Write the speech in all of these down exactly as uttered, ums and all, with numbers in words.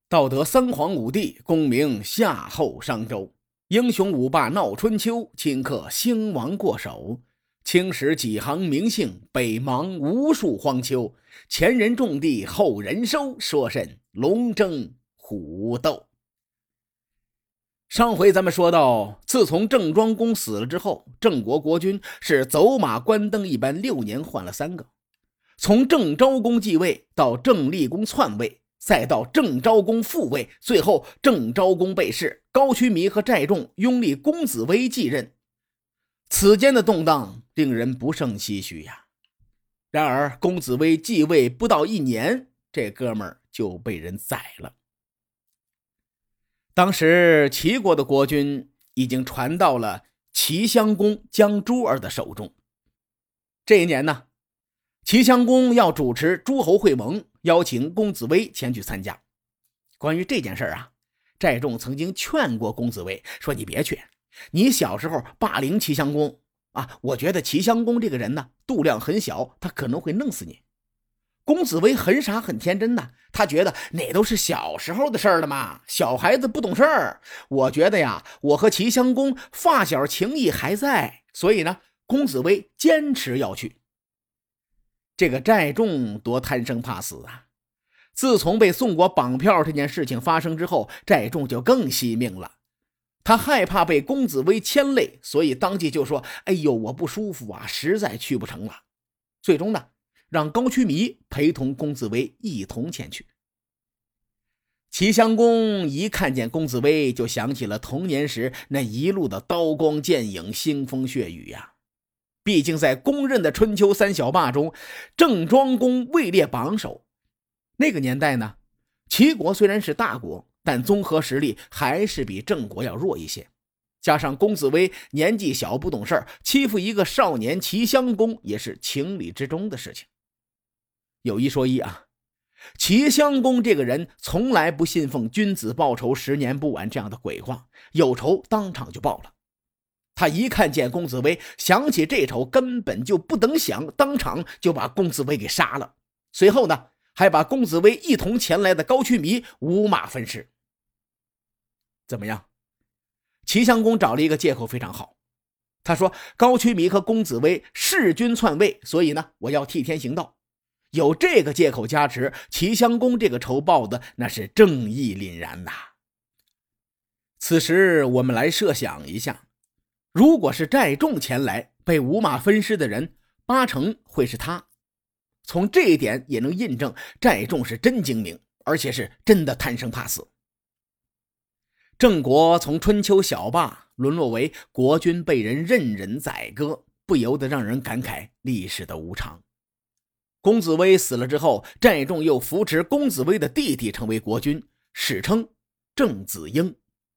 道德三皇五帝，功名夏后商周。英雄五霸闹春秋，顷刻兴亡过手。青史几行名姓，北邙无数荒丘。前人种地，后人收，说甚龙争虎斗。上回咱们说到，自从郑庄公死了之后，郑国国君是走马观灯一般，六年换了三个。从郑昭公继位到郑厉公篡位，再到郑昭公复位，最后郑昭公被弑，高渠弥和寨众拥立公子威继任。此间的动荡令人不胜唏嘘呀。然而公子威继位不到一年，这哥们儿就被人宰了。当时齐国的国君已经传到了齐襄公姜诸儿的手中。这一年呢，齐襄公要主持诸侯会盟，邀请公子威前去参加。关于这件事啊，寨众曾经劝过公子威，说你别去，你小时候霸凌齐襄公啊，我觉得齐襄公这个人呢，度量很小，他可能会弄死你。公子威很傻很天真的，他觉得那都是小时候的事儿了嘛，小孩子不懂事儿。我觉得呀，我和齐襄公发小情谊还在，所以呢，公子威坚持要去。这个寨众多贪生怕死啊！自从被宋国绑票这件事情发生之后，寨众就更惜命了。他害怕被公子威牵累，所以当即就说：“哎呦，我不舒服啊，实在去不成了。”最终呢，让高渠弥陪同公子威一同前去。齐襄公一看见公子威，就想起了童年时那一路的刀光剑影、腥风血雨呀。毕竟在公认的春秋三小霸中，郑庄公位列榜首。那个年代呢，齐国虽然是大国，但综合实力还是比郑国要弱一些。加上公子威年纪小不懂事，欺负一个少年齐襄公也是情理之中的事情。有一说一啊，齐襄公这个人从来不信奉君子报仇十年不晚这样的鬼话，有仇当场就报了。他一看见公子威，想起这仇根本就不等想，当场就把公子威给杀了。随后呢，还把公子威一同前来的高渠弥五马分尸。怎么样？齐襄公找了一个借口非常好，他说高渠弥和公子威弑君篡位，所以呢，我要替天行道。有这个借口加持，齐襄公这个仇报的那是正义凛然呐。此时我们来设想一下，如果是寨众前来，被五马分尸的人八成会是他。从这一点也能印证寨众是真精明，而且是真的贪生怕死。郑国从春秋小霸沦落为国君被人任人宰割，不由得让人感慨历史的无常。公子威死了之后，寨众又扶持公子威的弟弟成为国君，史称郑子婴。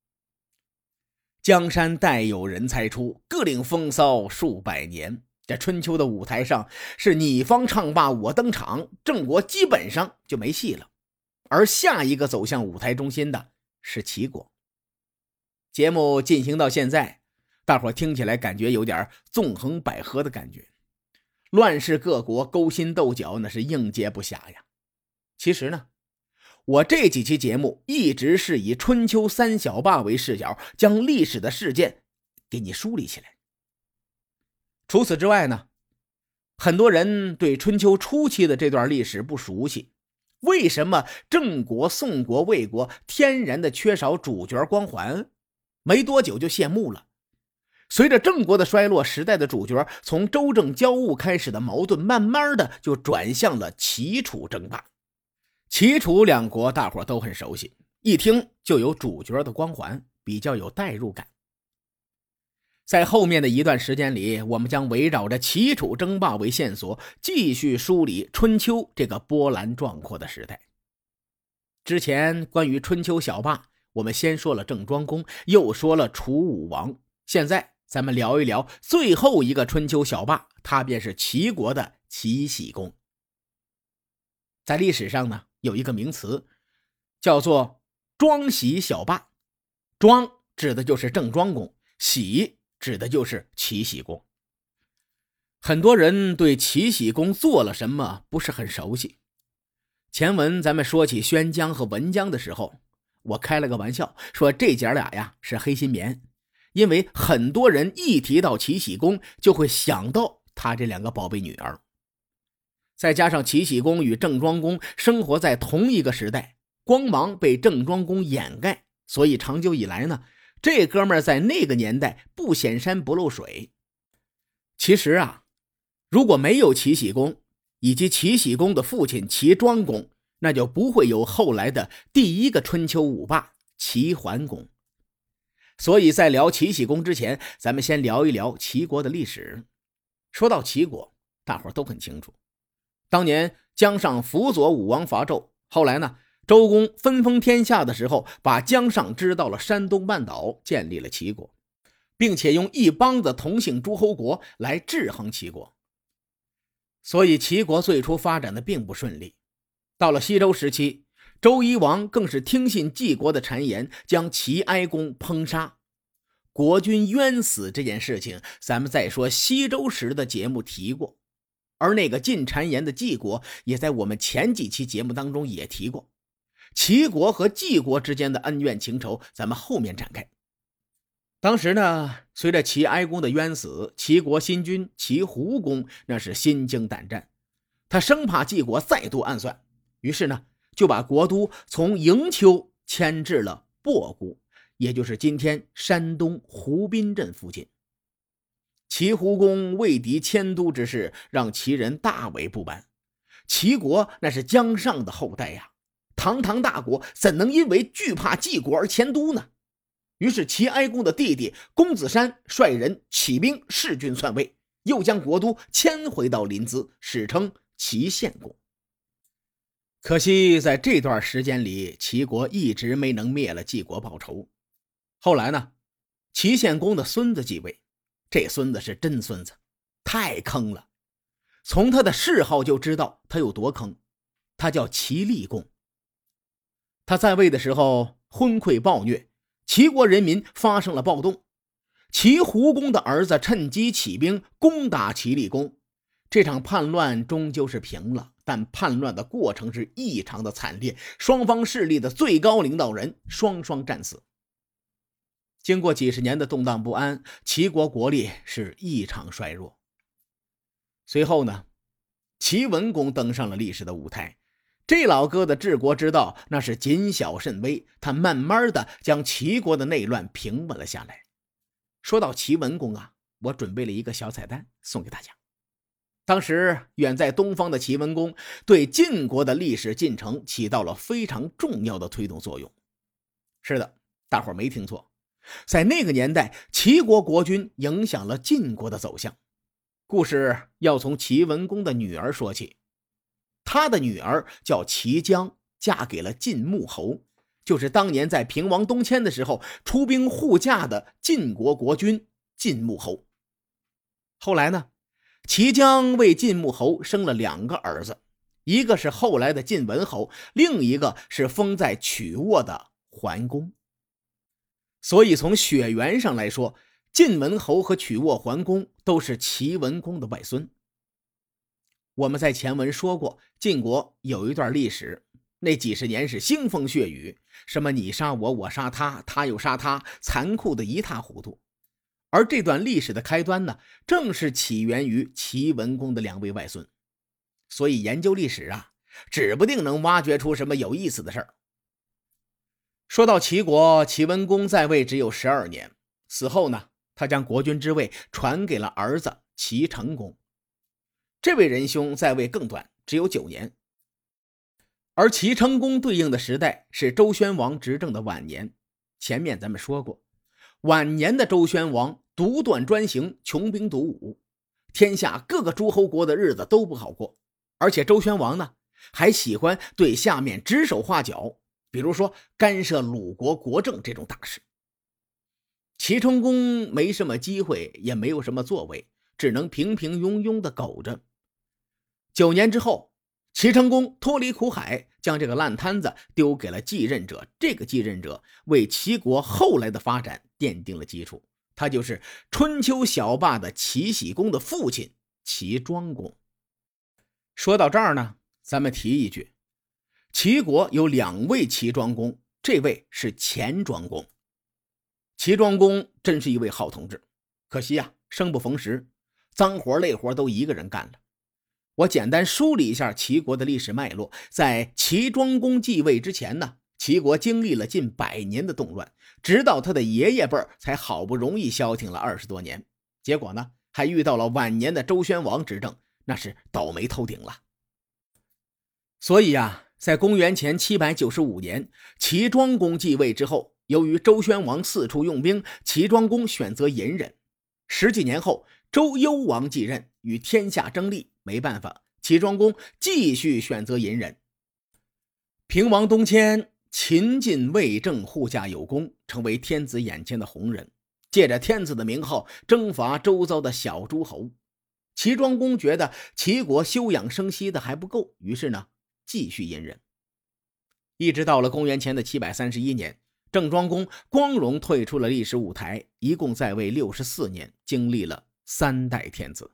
江山代有人才出，各领风骚数百年。在春秋的舞台上，是你方唱罢我登场，郑国基本上就没戏了。而下一个走向舞台中心的是齐国。节目进行到现在，大伙听起来感觉有点纵横捭阖的感觉，乱世各国勾心斗角，那是应接不暇呀。其实呢，我这几期节目一直是以春秋三小霸为视角，将历史的事件给你梳理起来。除此之外呢，很多人对春秋初期的这段历史不熟悉，为什么郑国、宋国、魏国天然的缺少主角光环？没多久就谢幕了。随着郑国的衰落，时代的主角从周郑交恶开始的矛盾，慢慢的就转向了齐楚争霸。齐楚两国大伙都很熟悉，一听就有主角的光环，比较有代入感。在后面的一段时间里，我们将围绕着齐楚争霸为线索，继续梳理春秋这个波澜壮阔的时代。之前关于春秋小霸，我们先说了郑庄公，又说了楚武王，现在咱们聊一聊最后一个春秋小霸，他便是齐国的齐僖公。在历史上呢，有一个名词叫做庄僖小霸，庄指的就是郑庄公，僖指的就是齐僖公。很多人对齐僖公做了什么不是很熟悉， 前文咱们说起宣江和文江的时候，我开了个玩笑，说这姐俩呀是黑心棉，因为很多人一提到齐僖公就会想到他这两个宝贝女儿。再加上齐僖公与郑庄公生活在同一个时代，光芒被郑庄公掩盖，所以长久以来呢，这哥们儿在那个年代不显山不漏水。其实啊，如果没有齐僖公以及齐僖公的父亲齐庄公，那就不会有后来的第一个春秋五霸齐桓公。所以在聊齐僖公之前，咱们先聊一聊齐国的历史。说到齐国，大伙都很清楚，当年姜尚辅佐武王伐纣，后来呢，周公分封天下的时候，把姜尚支到了山东半岛，建立了齐国，并且用一帮子同姓诸侯国来制衡齐国。所以齐国最初发展的并不顺利。到了西周时期，周夷王更是听信晋国的谗言，将齐哀公烹杀，国君冤死这件事情，咱们再说西周时的节目提过，而那个进谗言的晋国也在我们前几期节目当中也提过。齐国和晋国之间的恩怨情仇，咱们后面展开。当时呢，随着齐哀公的冤死，齐国新君齐胡公那是心惊胆战，他生怕晋国再度暗算，于是呢，就把国都从营丘迁至了亳谷，也就是今天山东湖滨镇附近。齐胡公畏敌迁都之事，让齐人大为不满。齐国那是姜尚的后代呀，堂堂大国怎能因为惧怕晋国而迁都呢？于是齐哀公的弟弟公子山率人起兵弑君篡位，又将国都迁回到临淄，史称齐献公。可惜在这段时间里，齐国一直没能灭了晋国报仇。后来呢，齐献公的孙子继位，这孙子是真孙子，太坑了。从他的谥号就知道他有多坑，他叫齐厉公。他在位的时候昏聩暴虐，齐国人民发生了暴动，齐胡公的儿子趁机起兵攻打齐厉公。这场叛乱终究是平了，但叛乱的过程是异常的惨烈，双方势力的最高领导人双双战死。经过几十年的动荡不安，齐国国力是异常衰弱。随后呢，齐文公登上了历史的舞台。这老哥的治国之道那是谨小慎微，他慢慢的将齐国的内乱平稳了下来。说到齐文公啊，我准备了一个小彩蛋送给大家。当时远在东方的齐文公对晋国的历史进程起到了非常重要的推动作用。是的，大伙没听错，在那个年代，齐国国君影响了晋国的走向。故事要从齐文公的女儿说起。他的女儿叫齐姜，嫁给了晋穆侯，就是当年在平王东迁的时候出兵护驾的晋国国君晋穆侯。后来呢，齐姜为晋穆侯生了两个儿子，一个是后来的晋文侯，另一个是封在曲沃的桓公。所以从血缘上来说，晋文侯和曲沃桓公都是齐文公的外孙。我们在前文说过，晋国有一段历史，那几十年是腥风血雨，什么你杀我，我杀他，他又杀他，残酷的一塌糊涂。而这段历史的开端呢，正是起源于齐文公的两位外孙。所以研究历史啊，指不定能挖掘出什么有意思的事儿。说到齐国，齐文公在位只有十二年，死后呢，他将国君之位传给了儿子齐成公。这位仁兄在位更短，只有九年。而齐成公对应的时代是周宣王执政的晚年。前面咱们说过，晚年的周宣王独断专行，穷兵黩武，天下各个诸侯国的日子都不好过。而且周宣王呢，还喜欢对下面指手画脚，比如说干涉鲁国国政这种大事。齐成公没什么机会，也没有什么作为，只能平平庸庸的苟着。九年之后，齐成公脱离苦海，将这个烂摊子丢给了继任者。这个继任者为齐国后来的发展奠定了基础，他就是春秋小霸的齐僖公的父亲齐庄公。说到这儿呢，咱们提一句， 齐国有两位齐庄公，这位是前庄公。齐庄公真是一位好同志，可惜啊，生不逢时，脏活累活都一个人干了。我简单梳理一下齐国的历史脉络。在齐庄公继位之前呢，齐国经历了近百年的动乱，直到他的爷爷辈才好不容易消停了二十多年。结果呢，还遇到了晚年的周宣王执政，那是倒霉透顶了。所以啊，在公元前七百九十五年，齐庄公继位之后，由于周宣王四处用兵，齐庄公选择隐忍。十几年后，周幽王继任，与天下争利，没办法，齐庄公继续选择隐忍。平王东迁，秦晋魏郑护驾有功，成为天子眼前的红人，借着天子的名号征伐周遭的小诸侯。齐庄公觉得齐国休养生息的还不够，于是呢继续隐忍。一直到了公元前的七百三十一年，郑庄公光荣退出了历史舞台，一共在位六十四年，经历了三代天子。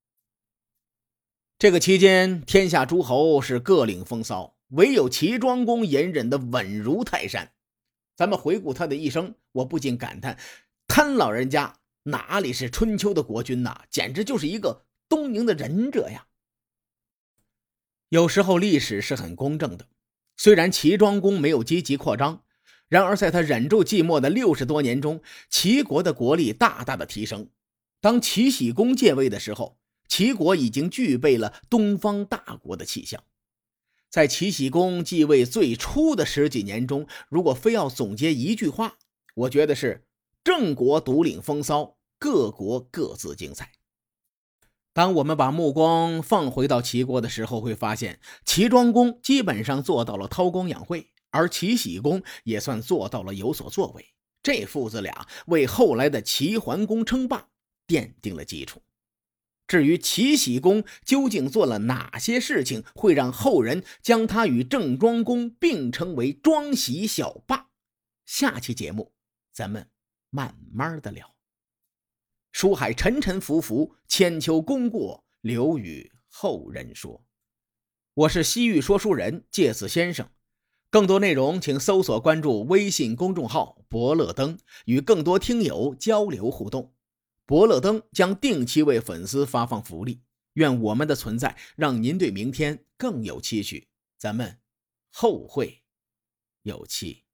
这个期间，天下诸侯是各领风骚，唯有齐庄公隐忍的稳如泰山。咱们回顾他的一生，我不禁感叹，他老人家哪里是春秋的国君呐，简直就是一个东瀛的忍者呀。有时候历史是很公正的，虽然齐庄公没有积极扩张，然而在他忍住寂寞的六十多年中，齐国的国力大大的提升。当齐僖公借位的时候，齐国已经具备了东方大国的气象。在齐僖公继位最初的十几年中，如果非要总结一句话，我觉得是郑国独领风骚，各国各自精彩。当我们把目光放回到齐国的时候，会发现齐庄公基本上做到了韬光养晦，而齐僖公也算做到了有所作为。这父子俩为后来的齐桓公称霸奠定了基础。至于齐僖公究竟做了哪些事情，会让后人将他与郑庄公并称为庄僖小霸，下期节目咱们慢慢的聊。书海沉沉浮浮，千秋功过留与后人说。我是西域说书人介子先生，更多内容请搜索关注微信公众号伯乐灯，与更多听友交流互动。伯乐灯将定期为粉丝发放福利，愿我们的存在让您对明天更有期许。咱们后会有期。